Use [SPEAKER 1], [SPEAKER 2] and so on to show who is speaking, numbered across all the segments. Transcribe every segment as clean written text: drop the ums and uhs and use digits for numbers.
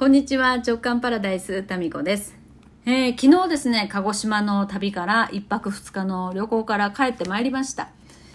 [SPEAKER 1] こんにちは、直感パラダイスタミコです。昨日ですね、鹿児島の旅から1泊2日の旅行から帰ってまいりました。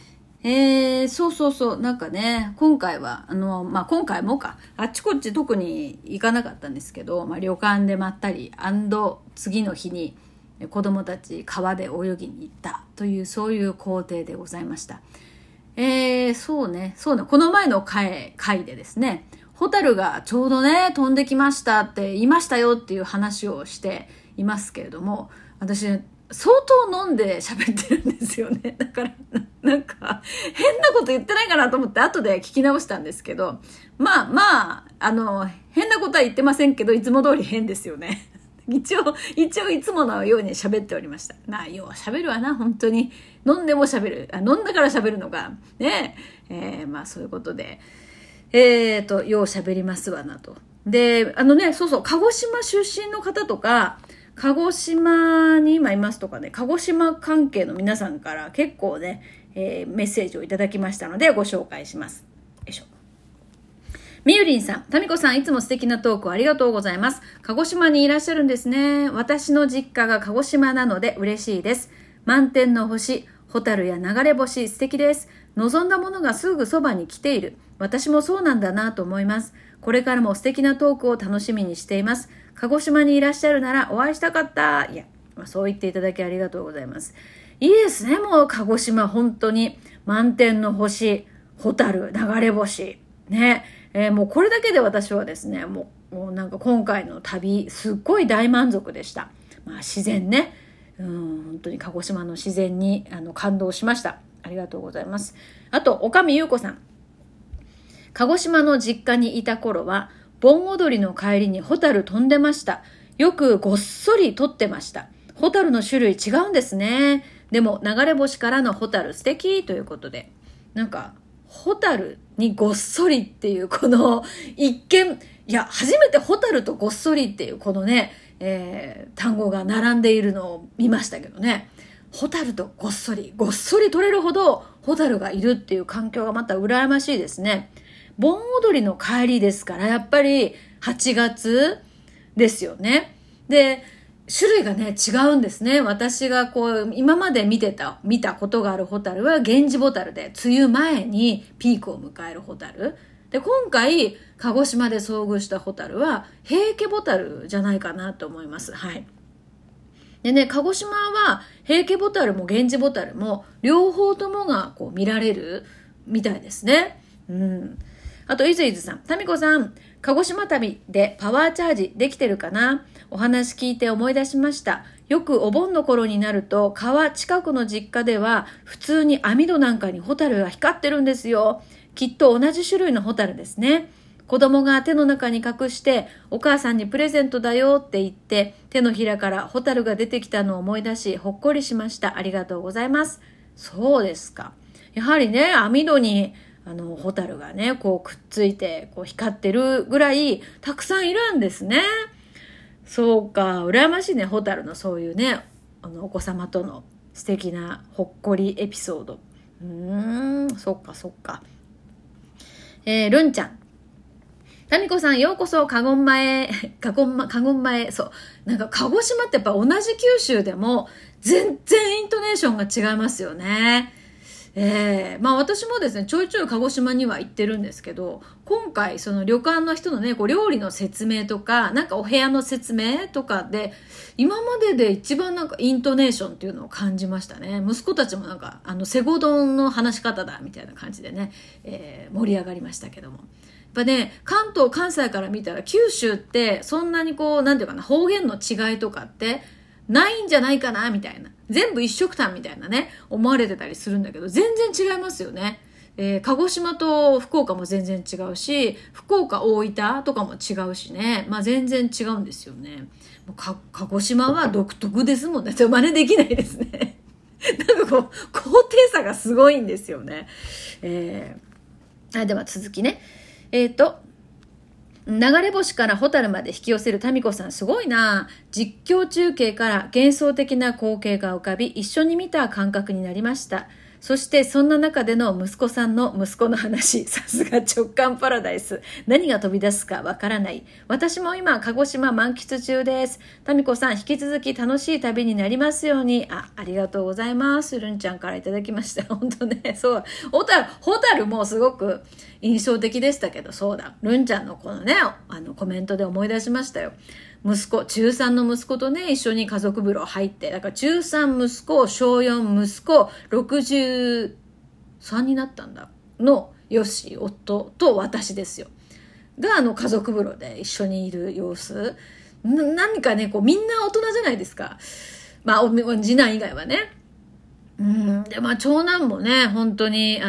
[SPEAKER 1] なんかね、今回は今回もあっちこっち特に行かなかったんですけど、旅館でまったり&次の日に子供たち川で泳ぎに行ったというそういう工程でございました。この前の回でですね、ホタルがちょうどね飛んできましたって言いましたよっていう話をしていますけれども、私相当飲んで喋ってるんですよね。だからなんか変なこと言ってないかなと思って後で聞き直したんですけど、変なことは言ってませんけど、いつも通り変ですよね。一応いつものように喋っておりました。よう喋るわな、本当に。飲んでも喋る。飲んだから喋るのがね。そういうことで。よう喋りますわなと。で、鹿児島出身の方とか、鹿児島に今いますとかね、鹿児島関係の皆さんから結構ね、メッセージをいただきましたのでご紹介します。よいしょ。みゆりんさん、たみこさん、いつも素敵なトークありがとうございます。鹿児島にいらっしゃるんですね。私の実家が鹿児島なので嬉しいです。満天の星、ホタルや流れ星、素敵です。望んだものがすぐそばに来ている。私もそうなんだなと思います。これからも素敵なトークを楽しみにしています。鹿児島にいらっしゃるならお会いしたかった。そう言っていただきありがとうございます。いいですね、もう鹿児島本当に満天の星、ホタル、流れ星。ね。もうこれだけで私はですね、もうなんか今回の旅、すっごい大満足でした。自然ね。本当に鹿児島の自然に感動しました。ありがとうございます。あと、おかみゆうこさん。鹿児島の実家にいた頃は、盆踊りの帰りにホタル飛んでました。よくごっそり撮ってました。ホタルの種類違うんですね。でも流れ星からのホタル素敵ということで、なんかホタルにごっそりっていうこの一見、初めてホタルとごっそりっていうこのね、単語が並んでいるのを見ましたけどね。ホタルとごっそり取れるほどホタルがいるっていう環境がまた羨ましいですね。盆踊りの帰りですから、やっぱり8月ですよね。で、種類がね、違うんですね。私が今まで見たことがあるホタルはゲンジボタルで、梅雨前にピークを迎えるホタル。で、今回、鹿児島で遭遇したホタルは、平家ボタルじゃないかなと思います。はい。でね、鹿児島は平家ボタルもゲンジボタルも両方ともが見られるみたいですね。あと、いずいずさん。たみこさん、鹿児島旅でパワーチャージできてるかな？お話聞いて思い出しました。よくお盆の頃になると、川近くの実家では、普通に網戸なんかにホタルが光ってるんですよ。きっと同じ種類のホタルですね。子供が手の中に隠して、お母さんにプレゼントだよって言って、手のひらからホタルが出てきたのを思い出し、ほっこりしました。ありがとうございます。そうですか。やはりね、網戸に、ホタルがね、くっついて、光ってるぐらい、たくさんいるんですね。そうか、羨ましいね、ホタルのそういうね、お子様との素敵なほっこりエピソード。そっか。るんちゃん。タミコさん、ようこそ、カゴン前。そう。なんか、鹿児島ってやっぱ同じ九州でも、全然イントネーションが違いますよね。私もですね、ちょいちょい鹿児島には行ってるんですけど、今回その旅館の人のね、料理の説明とか、なんかお部屋の説明とかで、今までで一番なんかイントネーションっていうのを感じましたね。息子たちもなんか、セゴ丼の話し方だみたいな感じでね、盛り上がりましたけども。やっぱね、関東、関西から見たら九州ってそんなになんていうかな、方言の違いとかってないんじゃないかなみたいな。全部一緒くたんみたいなね、思われてたりするんだけど、全然違いますよね。鹿児島と福岡も全然違うし、福岡、大分とかも違うしね。全然違うんですよね。鹿児島は独特ですもんね。真似できないですね。なんか高低差がすごいんですよね。では続きね。流れ星からホタルまで引き寄せるタミコさんすごいな。実況中継から幻想的な光景が浮かび、一緒に見た感覚になりました。 そしてそんな中での息子さんの息子の話、さすが直感パラダイス。何が飛び出すかわからない。私も今鹿児島満喫中です。タミコさん、引き続き楽しい旅になりますように。ありがとうございます。ルンちゃんからいただきました。本当ね、そう。ホタルもすごく印象的でしたけど、そうだ。ルンちゃんのこのね、コメントで思い出しましたよ。中3の息子とね、一緒に家族風呂入って、だから中3息子、小4息子、63になったんだ。の、ヨッシー、夫と私ですよ。が、家族風呂で一緒にいる様子。何かね、こう、みんな大人じゃないですか。まあ、次男以外はね。で、まあ、長男もね、本当に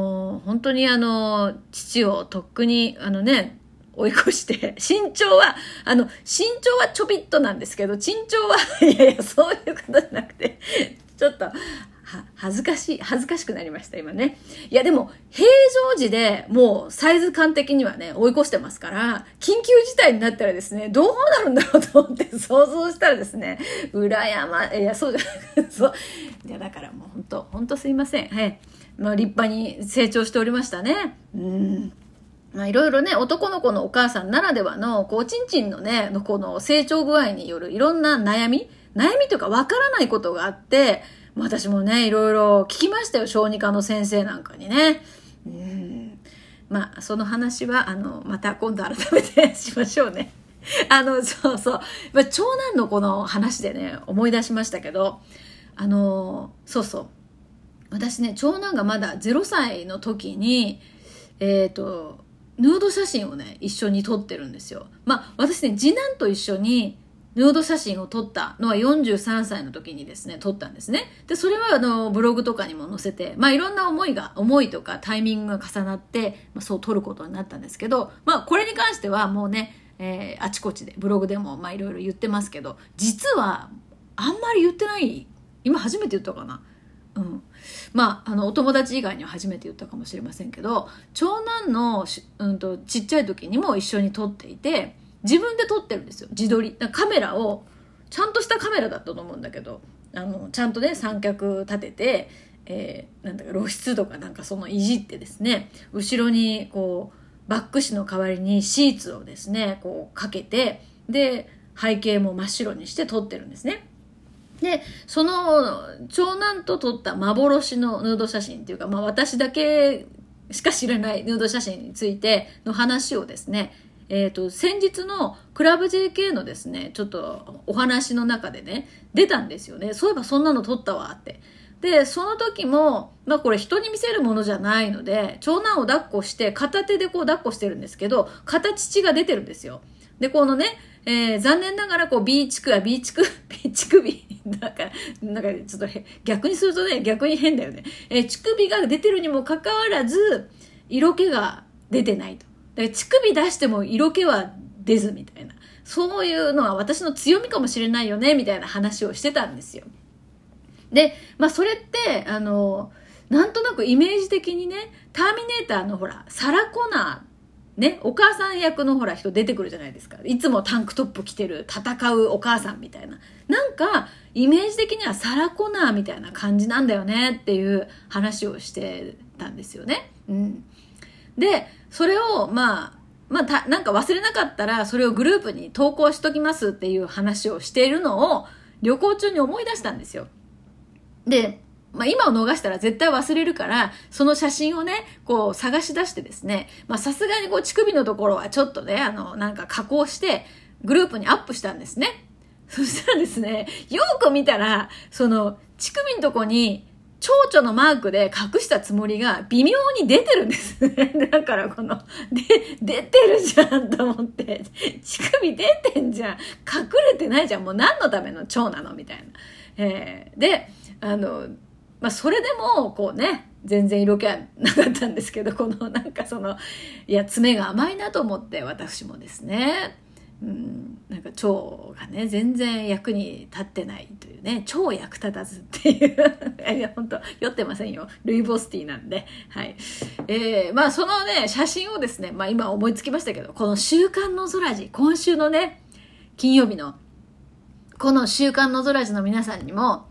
[SPEAKER 1] 父をとっくに、追い越して、身長はちょびっとなんですけど、身長は、いや、そういうことじゃなくて、ちょっと、恥ずかしくなりました、今ね。いや、でも、平常時でもうサイズ感的にはね、追い越してますから、緊急事態になったらですね、どうなるんだろうと思って想像したらですね、いや、そうじゃなくて、いや、だからもう本当すいません。はい。まあ、立派に成長しておりましたね。まあ、いろいろね、男の子のお母さんならではの、こう、ちんちんのね、この成長具合によるいろんな悩みというかわからないことがあって、私もね、いろいろ聞きましたよ、小児科の先生なんかにね。まあ、その話は、また今度改めてしましょうね。そうそう。まあ、長男のこの話でね、思い出しましたけど、そうそう。私ね、長男がまだ0歳の時に、ヌード写真をね、一緒に撮ってるんですよ。まあ、私ね、次男と一緒にヌード写真を撮ったのは43歳の時にですね、撮ったんですね。で、それはブログとかにも載せて、まあ、いろんな思いとかタイミングが重なって、まあ、そう撮ることになったんですけど、まあ、これに関してはもうね、あちこちで、ブログでもまあいろいろ言ってますけど、実はあんまり言ってない、今初めて言ったかな。まあ、お友達以外には初めて言ったかもしれませんけど、長男のちっちゃい時にも一緒に撮っていて、自分で撮ってるんですよ、自撮り。カメラを、ちゃんとしたカメラだったと思うんだけど、ちゃんとね、三脚立てて、なんだか露出とかなんかそのいじってですね、後ろにこう、バック紙の代わりにシーツをですね、こうかけて、で、背景も真っ白にして撮ってるんですね。で、その長男と撮った幻のヌード写真っていうか、まあ私だけしか知らないヌード写真についての話をですね、先日のクラブ JK のですね、ちょっとお話の中でね、出たんですよね。そういえばそんなの撮ったわって。で、その時も、まあこれ人に見せるものじゃないので、長男を抱っこして、片手でこう抱っこしてるんですけど、片乳が出てるんですよ。で、このね、残念ながらこうビーチ首なんかちょっと逆にするとね、逆に変だよね。乳首が出てるにもかかわらず、色気が出てないと。だから乳首出しても色気は出ずみたいな。そういうのは私の強みかもしれないよね、みたいな話をしてたんですよ。で、まあそれって、なんとなくイメージ的にね、ターミネーターのほら、サラコナー、ね、お母さん役のほら人出てくるじゃないですか。いつもタンクトップ着てる、戦うお母さんみたいな。なんか、イメージ的にはサラコナーみたいな感じなんだよねっていう話をしてたんですよね。で、それを、なんか忘れなかったら、それをグループに投稿しときますっていう話をしているのを旅行中に思い出したんですよ。で、今を逃したら絶対忘れるから、その写真をね、こう探し出してですね、さすがにこう乳首のところはちょっとね、なんか加工して、グループにアップしたんですね。そしたらですね、よく見たら、その乳首のとこに、蝶々のマークで隠したつもりが微妙に出てるんですね。だから出てるじゃんと思って、乳首出てんじゃん。隠れてないじゃん。もう何のための蝶なのみたいな。で、それでも、こうね、全然色気はなかったんですけど、いや、爪が甘いなと思って、私もですね、なんか腸がね、全然役に立ってないというね、超役立たずっていう、いや、本当酔ってませんよ。ルイボスティーなんで。はい。そのね、写真をですね、今思いつきましたけど、この週刊の空寺、今週のね、金曜日の、この週刊の空寺の皆さんにも、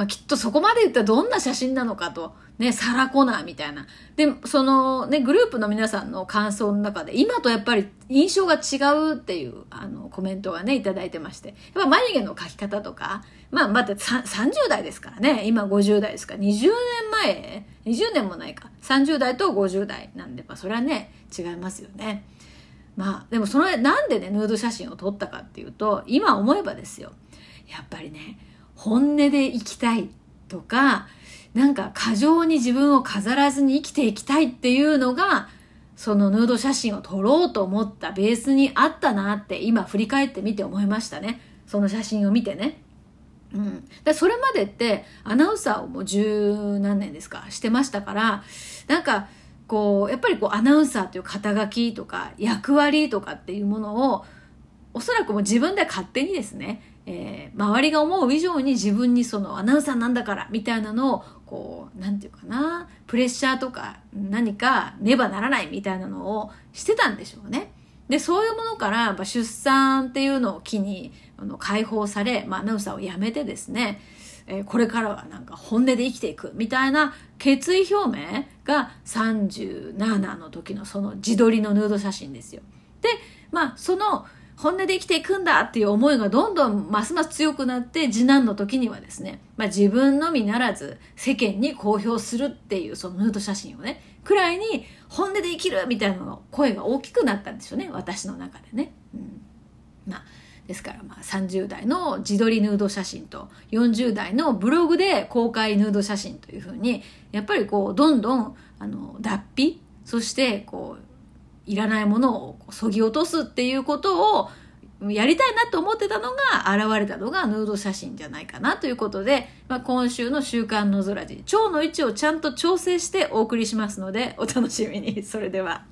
[SPEAKER 1] きっとそこまで言ったらどんな写真なのかと、ね、サラコナーみたいな。で、そのね、グループの皆さんの感想の中で、今とやっぱり印象が違うっていう、コメントがね、いただいてまして。やっぱ眉毛の描き方とか、また30代ですからね、今50代ですから、20年前、20年もないか、30代と50代なんで、それはね、違いますよね。でもなんでね、ヌード写真を撮ったかっていうと、今思えばですよ。やっぱりね、本音で生きたいとか、なんか過剰に自分を飾らずに生きていきたいっていうのが、そのヌード写真を撮ろうと思ったベースにあったなって今振り返ってみて思いましたね。その写真を見てね。でそれまでってアナウンサーをもう十何年ですかしてましたから、なんかやっぱりアナウンサーという肩書きとか役割とかっていうものをおそらくもう自分で勝手にですね、周りが思う以上に自分にそのアナウンサーなんだからみたいなのをなんていうかな、プレッシャーとか何かねばならないみたいなのをしてたんでしょうね。でそういうものから出産っていうのを機に解放され、アナウンサーを辞めてですね、これからはなんか本音で生きていくみたいな決意表明が37の時のその自撮りのヌード写真ですよ。でその本音で生きていくんだっていう思いがどんどんますます強くなって、次男の時にはですね、自分のみならず世間に公表するっていうそのヌード写真をねくらいに本音で生きるみたいなの声が大きくなったんですよね、私の中でね。ですから30代の自撮りヌード写真と40代のブログで公開ヌード写真というふうに、やっぱりどんどん脱皮、そしていらないものをそぎ落とすっていうことをやりたいなと思ってたのが現れたのがヌード写真じゃないかなということで、今週の週刊のぞらじ、腸の位置をちゃんと調整してお送りしますのでお楽しみに。それでは。